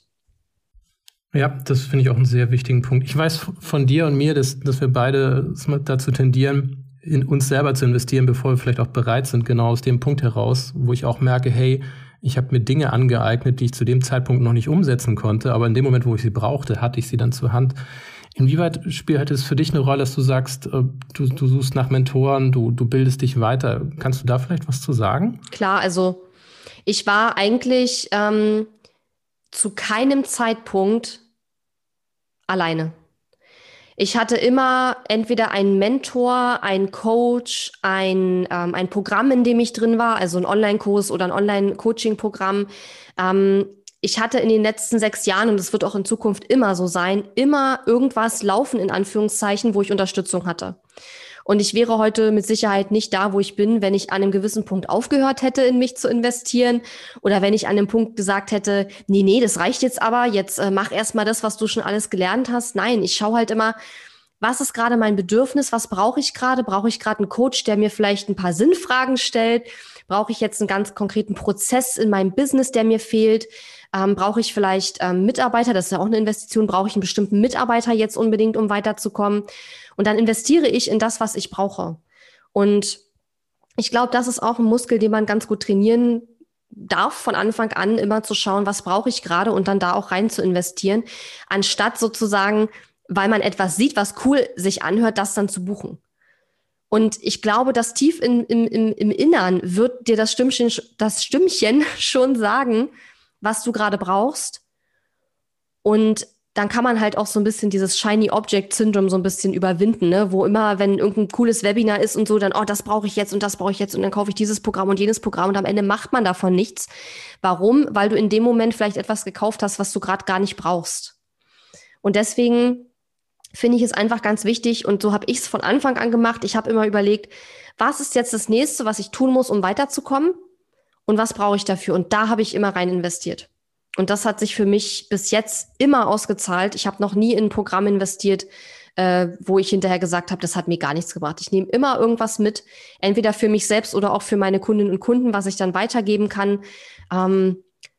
Ja, das finde ich auch einen sehr wichtigen Punkt. Ich weiß von dir und mir, dass, dass wir beide dazu tendieren, in uns selber zu investieren, bevor wir vielleicht auch bereit sind, genau aus dem Punkt heraus, wo ich auch merke, hey, ich habe mir Dinge angeeignet, die ich zu dem Zeitpunkt noch nicht umsetzen konnte, aber in dem Moment, wo ich sie brauchte, hatte ich sie dann zur Hand. Inwieweit spielt es für dich eine Rolle, dass du sagst, du, du suchst nach Mentoren, du, du bildest dich weiter? Kannst du da vielleicht was zu sagen? Klar, also ich war eigentlich ähm, zu keinem Zeitpunkt alleine. Ich hatte immer entweder einen Mentor, einen Coach, ein, ähm, ein Programm, in dem ich drin war, also ein Online-Kurs oder ein Online-Coaching-Programm. Ähm, Ich hatte in den letzten sechs Jahren, und es wird auch in Zukunft immer so sein, immer irgendwas laufen, in Anführungszeichen, wo ich Unterstützung hatte. Und ich wäre heute mit Sicherheit nicht da, wo ich bin, wenn ich an einem gewissen Punkt aufgehört hätte, in mich zu investieren oder wenn ich an einem Punkt gesagt hätte, nee, nee, das reicht jetzt aber, jetzt äh, mach erst mal das, was du schon alles gelernt hast. Nein, ich schaue halt immer, was ist gerade mein Bedürfnis, was brauche ich gerade? Brauche ich gerade einen Coach, der mir vielleicht ein paar Sinnfragen stellt? Brauche ich jetzt einen ganz konkreten Prozess in meinem Business, der mir fehlt? Ähm, brauche ich vielleicht ähm, Mitarbeiter? Das ist ja auch eine Investition. Brauche ich einen bestimmten Mitarbeiter jetzt unbedingt, um weiterzukommen? Und dann investiere ich in das, was ich brauche. Und ich glaube, das ist auch ein Muskel, den man ganz gut trainieren darf, von Anfang an immer zu schauen, was brauche ich gerade und dann da auch rein zu investieren, anstatt sozusagen, weil man etwas sieht, was cool sich anhört, das dann zu buchen. Und ich glaube, dass tief in, im, im, im Innern wird dir das Stimmchen, das Stimmchen schon sagen, was du gerade brauchst. Und dann kann man halt auch so ein bisschen dieses Shiny Object Syndrome so ein bisschen überwinden, ne? Wo immer, wenn irgendein cooles Webinar ist und so, dann, oh, das brauche ich jetzt und das brauche ich jetzt und dann kaufe ich dieses Programm und jenes Programm und am Ende macht man davon nichts. Warum? Weil du in dem Moment vielleicht etwas gekauft hast, was du gerade gar nicht brauchst. Und deswegen finde ich es einfach ganz wichtig und so habe ich es von Anfang an gemacht. Ich habe immer überlegt, was ist jetzt das Nächste, was ich tun muss, um weiterzukommen und was brauche ich dafür? Und da habe ich immer rein investiert. Und das hat sich für mich bis jetzt immer ausgezahlt. Ich habe noch nie in ein Programm investiert, äh, wo ich hinterher gesagt habe, das hat mir gar nichts gebracht. Ich nehme immer irgendwas mit, entweder für mich selbst oder auch für meine Kundinnen und Kunden, was ich dann weitergeben kann. Ähm,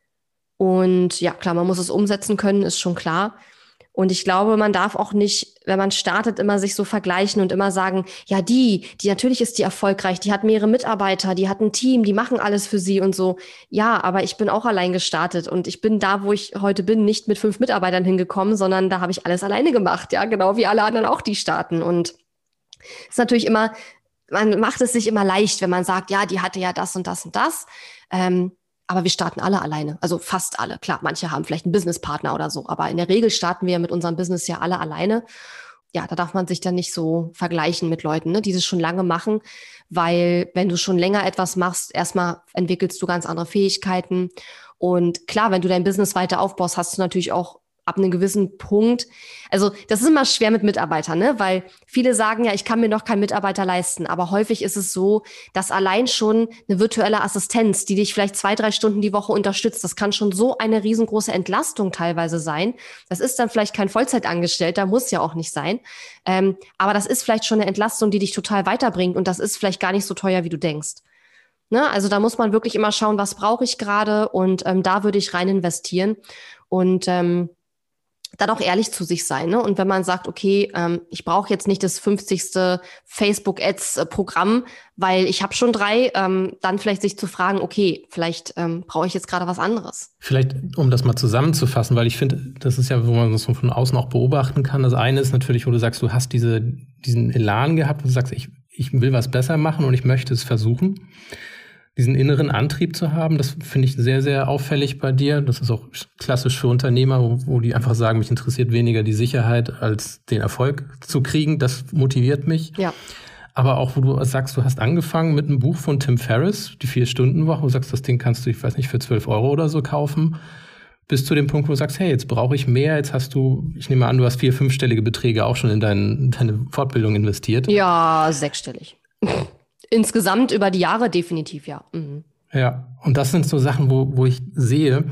und ja, klar, man muss es umsetzen können, ist schon klar. Und ich glaube, man darf auch nicht, wenn man startet, immer sich so vergleichen und immer sagen, ja, die, die natürlich ist die erfolgreich, die hat mehrere Mitarbeiter, die hat ein Team, die machen alles für sie und so. Ja, aber ich bin auch allein gestartet und ich bin da, wo ich heute bin, nicht mit fünf Mitarbeitern hingekommen, sondern da habe ich alles alleine gemacht, ja, genau wie alle anderen auch, die starten. Und es ist natürlich immer, man macht es sich immer leicht, wenn man sagt, ja, die hatte ja das und das und das. Ähm, Aber wir starten alle alleine, also fast alle. Klar, manche haben vielleicht einen Businesspartner oder so, aber in der Regel starten wir mit unserem Business ja alle alleine. Ja, da darf man sich dann nicht so vergleichen mit Leuten, ne, die das schon lange machen, weil wenn du schon länger etwas machst, erstmal entwickelst du ganz andere Fähigkeiten. Und klar, wenn du dein Business weiter aufbaust, hast du natürlich auch ab einem gewissen Punkt, also das ist immer schwer mit Mitarbeitern, ne? Weil viele sagen ja, ich kann mir noch keinen Mitarbeiter leisten, aber häufig ist es so, dass allein schon eine virtuelle Assistenz, die dich vielleicht zwei, drei Stunden die Woche unterstützt, das kann schon so eine riesengroße Entlastung teilweise sein. Das ist dann vielleicht kein Vollzeitangestellter, muss ja auch nicht sein, ähm, aber das ist vielleicht schon eine Entlastung, die dich total weiterbringt und das ist vielleicht gar nicht so teuer, wie du denkst. Ne? Also da muss man wirklich immer schauen, was brauche ich gerade und ähm, da würde ich rein investieren und ähm, dann auch ehrlich zu sich sein. Ne? Und wenn man sagt, okay, ähm, ich brauche jetzt nicht das fünfzigste Facebook-Ads-Programm, weil ich habe schon drei, ähm, dann vielleicht sich zu fragen, okay, vielleicht ähm, brauche ich jetzt gerade was anderes. Vielleicht, um das mal zusammenzufassen, weil ich finde, das ist ja, wo man das von außen auch beobachten kann. Das eine ist natürlich, wo du sagst, du hast diese, diesen Elan gehabt, wo du sagst, ich, ich will was besser machen und ich möchte es versuchen. Diesen inneren Antrieb zu haben, das finde ich sehr, sehr auffällig bei dir. Das ist auch klassisch für Unternehmer, wo, wo die einfach sagen, mich interessiert weniger die Sicherheit, als den Erfolg zu kriegen. Das motiviert mich. Ja. Aber auch, wo du sagst, du hast angefangen mit einem Buch von Tim Ferriss, die Vier-Stunden-Woche, wo du sagst, das Ding kannst du, ich weiß nicht, für zwölf Euro oder so kaufen, bis zu dem Punkt, wo du sagst, hey, jetzt brauche ich mehr, jetzt hast du, ich nehme an, du hast vier-, fünfstellige Beträge auch schon in dein, deine Fortbildung investiert. Ja, sechsstellig. Insgesamt über die Jahre definitiv, ja. Mhm. Ja, und das sind so Sachen, wo, wo ich sehe,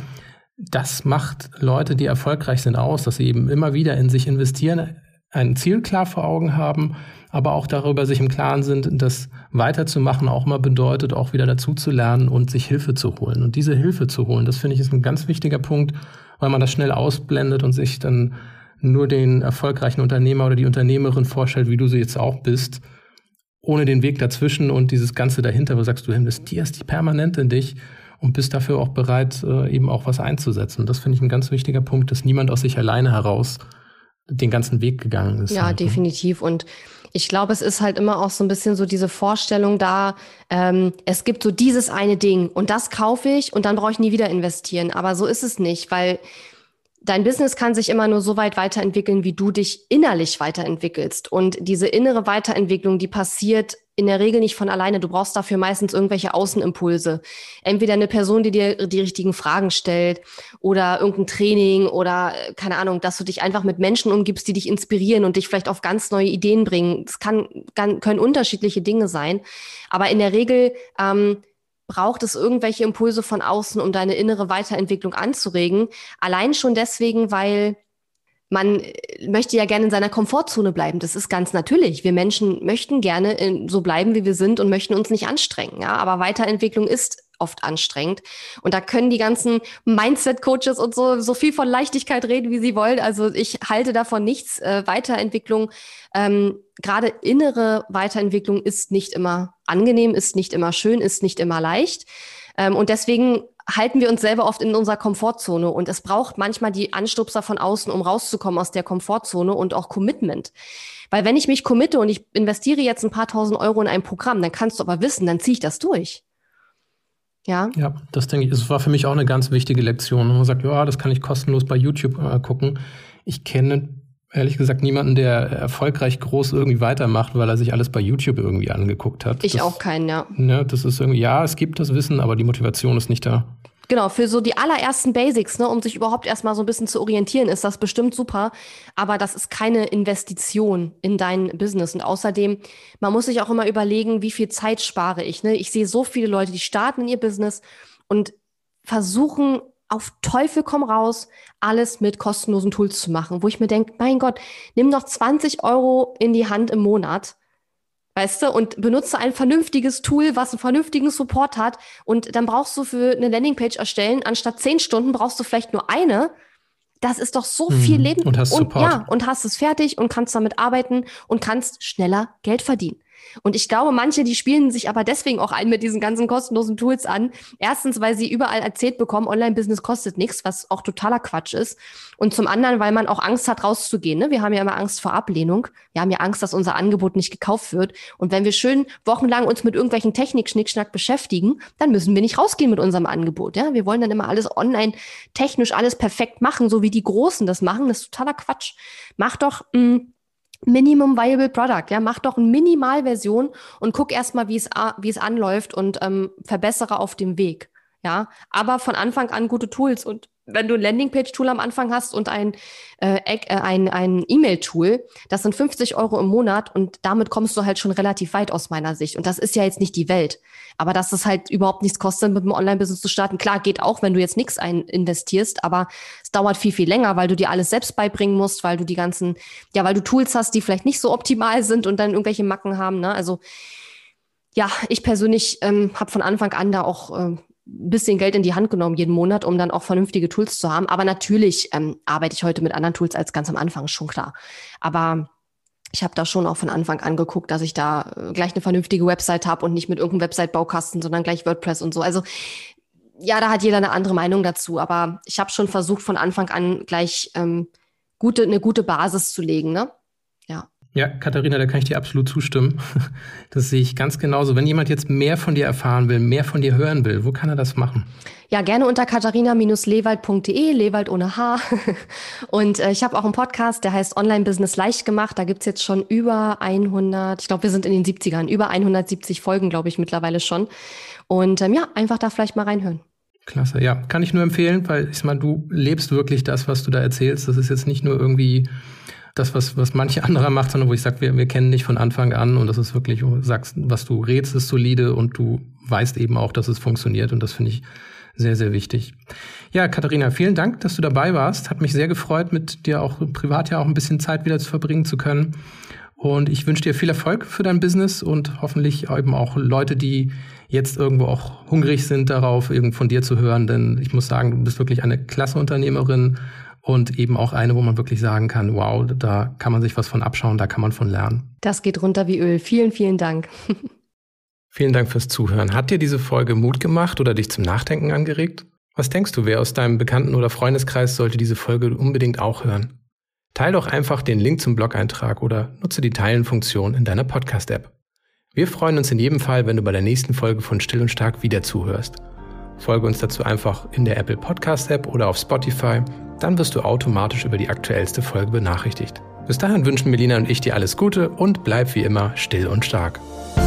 das macht Leute, die erfolgreich sind, aus, dass sie eben immer wieder in sich investieren, ein Ziel klar vor Augen haben, aber auch darüber sich im Klaren sind, dass weiterzumachen auch mal bedeutet, auch wieder dazu zu lernen und sich Hilfe zu holen. Und diese Hilfe zu holen, das finde ich ist ein ganz wichtiger Punkt, weil man das schnell ausblendet und sich dann nur den erfolgreichen Unternehmer oder die Unternehmerin vorstellt, wie du sie jetzt auch bist, ohne den Weg dazwischen und dieses Ganze dahinter, wo du sagst, du investierst permanent in dich und bist dafür auch bereit, eben auch was einzusetzen. Und das finde ich ein ganz wichtiger Punkt, dass niemand aus sich alleine heraus den ganzen Weg gegangen ist. Ja, halt, definitiv. Und ich glaube, es ist halt immer auch so ein bisschen so diese Vorstellung da, ähm, es gibt so dieses eine Ding und das kaufe ich und dann brauche ich nie wieder investieren. Aber so ist es nicht, weil dein Business kann sich immer nur so weit weiterentwickeln, wie du dich innerlich weiterentwickelst. Und diese innere Weiterentwicklung, die passiert in der Regel nicht von alleine. Du brauchst dafür meistens irgendwelche Außenimpulse. Entweder eine Person, die dir die richtigen Fragen stellt oder irgendein Training oder keine Ahnung, dass du dich einfach mit Menschen umgibst, die dich inspirieren und dich vielleicht auf ganz neue Ideen bringen. Das kann, kann können unterschiedliche Dinge sein. Aber in der Regel ähm, braucht es irgendwelche Impulse von außen, um deine innere Weiterentwicklung anzuregen. Allein schon deswegen, weil man möchte ja gerne in seiner Komfortzone bleiben. Das ist ganz natürlich. Wir Menschen möchten gerne in, so bleiben, wie wir sind und möchten uns nicht anstrengen. Ja? Aber Weiterentwicklung ist oft anstrengend. Und da können die ganzen Mindset-Coaches und so so viel von Leichtigkeit reden, wie sie wollen. Also ich halte davon nichts. Äh, Weiterentwicklung, ähm, gerade innere Weiterentwicklung ist nicht immer angenehm, ist nicht immer schön, ist nicht immer leicht. Ähm, und deswegen halten wir uns selber oft in unserer Komfortzone. Und es braucht manchmal die Anstupser von außen, um rauszukommen aus der Komfortzone und auch Commitment. Weil wenn ich mich committe und ich investiere jetzt ein paar tausend Euro in ein Programm, dann kannst du aber wissen, dann ziehe ich das durch. Ja, ja, das denke ich, es war für mich auch eine ganz wichtige Lektion. Man sagt, ja, das kann ich kostenlos bei YouTube äh, gucken. Ich kenne ehrlich gesagt niemanden, der erfolgreich groß irgendwie weitermacht, weil er sich alles bei YouTube irgendwie angeguckt hat. Ich das, auch keinen, ja. Ne, das ist irgendwie, ja, es gibt das Wissen, aber die Motivation ist nicht da. Genau, für so die allerersten Basics, ne, um sich überhaupt erstmal so ein bisschen zu orientieren, ist das bestimmt super. Aber das ist keine Investition in dein Business. Und außerdem, man muss sich auch immer überlegen, wie viel Zeit spare ich. Ne? Ich sehe so viele Leute, die starten in ihr Business und versuchen auf Teufel komm raus, alles mit kostenlosen Tools zu machen, wo ich mir denke, mein Gott, nimm doch zwanzig Euro in die Hand im Monat. Weißt du, und benutze ein vernünftiges Tool, was einen vernünftigen Support hat. Und dann brauchst du für eine Landingpage erstellen, anstatt zehn Stunden brauchst du vielleicht nur eine. Das ist doch so viel mhm. Leben. Und hast und, Support. Ja, und hast es fertig und kannst damit arbeiten und kannst schneller Geld verdienen. Und ich glaube, manche, die spielen sich aber deswegen auch ein mit diesen ganzen kostenlosen Tools an. Erstens, weil sie überall erzählt bekommen, Online-Business kostet nichts, was auch totaler Quatsch ist. Und zum anderen, weil man auch Angst hat, rauszugehen. Ne? Wir haben ja immer Angst vor Ablehnung. Wir haben ja Angst, dass unser Angebot nicht gekauft wird. Und wenn wir schön wochenlang uns mit irgendwelchen Technik-Schnickschnack beschäftigen, dann müssen wir nicht rausgehen mit unserem Angebot. Ja? Wir wollen dann immer alles online, technisch alles perfekt machen, so wie die Großen das machen. Das ist totaler Quatsch. Mach doch mh, Minimum Viable Product, ja, mach doch eine Minimalversion und guck erstmal, wie es wie es anläuft und ähm, verbessere auf dem Weg, ja, aber von Anfang an gute Tools. Und wenn du ein Landingpage-Tool am Anfang hast und ein äh, ein ein E-Mail-Tool, das sind fünfzig Euro im Monat und damit kommst du halt schon relativ weit aus meiner Sicht. Und das ist ja jetzt nicht die Welt, aber dass es halt überhaupt nichts kostet, mit einem Online-Business zu starten. Klar, geht auch, wenn du jetzt nichts ein investierst, aber es dauert viel, viel länger, weil du dir alles selbst beibringen musst, weil du die ganzen, ja, weil du Tools hast, die vielleicht nicht so optimal sind und dann irgendwelche Macken haben, ne? Also ja, ich persönlich ähm, habe von Anfang an da auch ähm, ein bisschen Geld in die Hand genommen jeden Monat, um dann auch vernünftige Tools zu haben. Aber natürlich ähm, arbeite ich heute mit anderen Tools als ganz am Anfang, schon klar. Aber ich habe da schon auch von Anfang an geguckt, dass ich da äh, gleich eine vernünftige Website habe und nicht mit irgendeinem Website-Baukasten, sondern gleich WordPress und so. Also ja, da hat jeder eine andere Meinung dazu. Aber ich habe schon versucht, von Anfang an gleich ähm, gute, eine gute Basis zu legen, ne? Ja. Ja, Katharina, da kann ich dir absolut zustimmen. Das sehe ich ganz genauso. Wenn jemand jetzt mehr von dir erfahren will, mehr von dir hören will, wo kann er das machen? Ja, gerne unter katharina Bindestrich lewald punkt de, Lewald ohne H. Und äh, ich habe auch einen Podcast, der heißt Online-Business leicht gemacht. Da gibt's jetzt schon über hundert, ich glaube, wir sind in den siebzigern, über hundertsiebzig Folgen, glaube ich, mittlerweile schon. Und ähm, ja, einfach da vielleicht mal reinhören. Klasse, ja. Kann ich nur empfehlen, weil ich meine, du lebst wirklich das, was du da erzählst. Das ist jetzt nicht nur irgendwie das, was, was manche andere macht, sondern wo ich sage, wir, wir kennen dich von Anfang an und das ist wirklich, du sagst, was du rätst, ist solide und du weißt eben auch, dass es funktioniert und das finde ich sehr, sehr wichtig. Ja, Katharina, vielen Dank, dass du dabei warst. Hat mich sehr gefreut, mit dir auch privat ja auch ein bisschen Zeit wieder zu verbringen zu können. Und ich wünsche dir viel Erfolg für dein Business und hoffentlich eben auch Leute, die jetzt irgendwo auch hungrig sind darauf, irgend von dir zu hören, denn ich muss sagen, du bist wirklich eine klasse Unternehmerin und eben auch eine, wo man wirklich sagen kann, wow, da kann man sich was von abschauen, da kann man von lernen. Das geht runter wie Öl. Vielen, vielen Dank. Vielen Dank fürs Zuhören. Hat dir diese Folge Mut gemacht oder dich zum Nachdenken angeregt? Was denkst du, wer aus deinem Bekannten- oder Freundeskreis sollte diese Folge unbedingt auch hören? Teil doch einfach den Link zum Blog-Eintrag oder nutze die Teilen-Funktion in deiner Podcast-App. Wir freuen uns in jedem Fall, wenn du bei der nächsten Folge von Still und Stark wieder zuhörst. Folge uns dazu einfach in der Apple Podcast-App oder auf Spotify, dann wirst du automatisch über die aktuellste Folge benachrichtigt. Bis dahin wünschen Melina und ich dir alles Gute und bleib wie immer still und stark.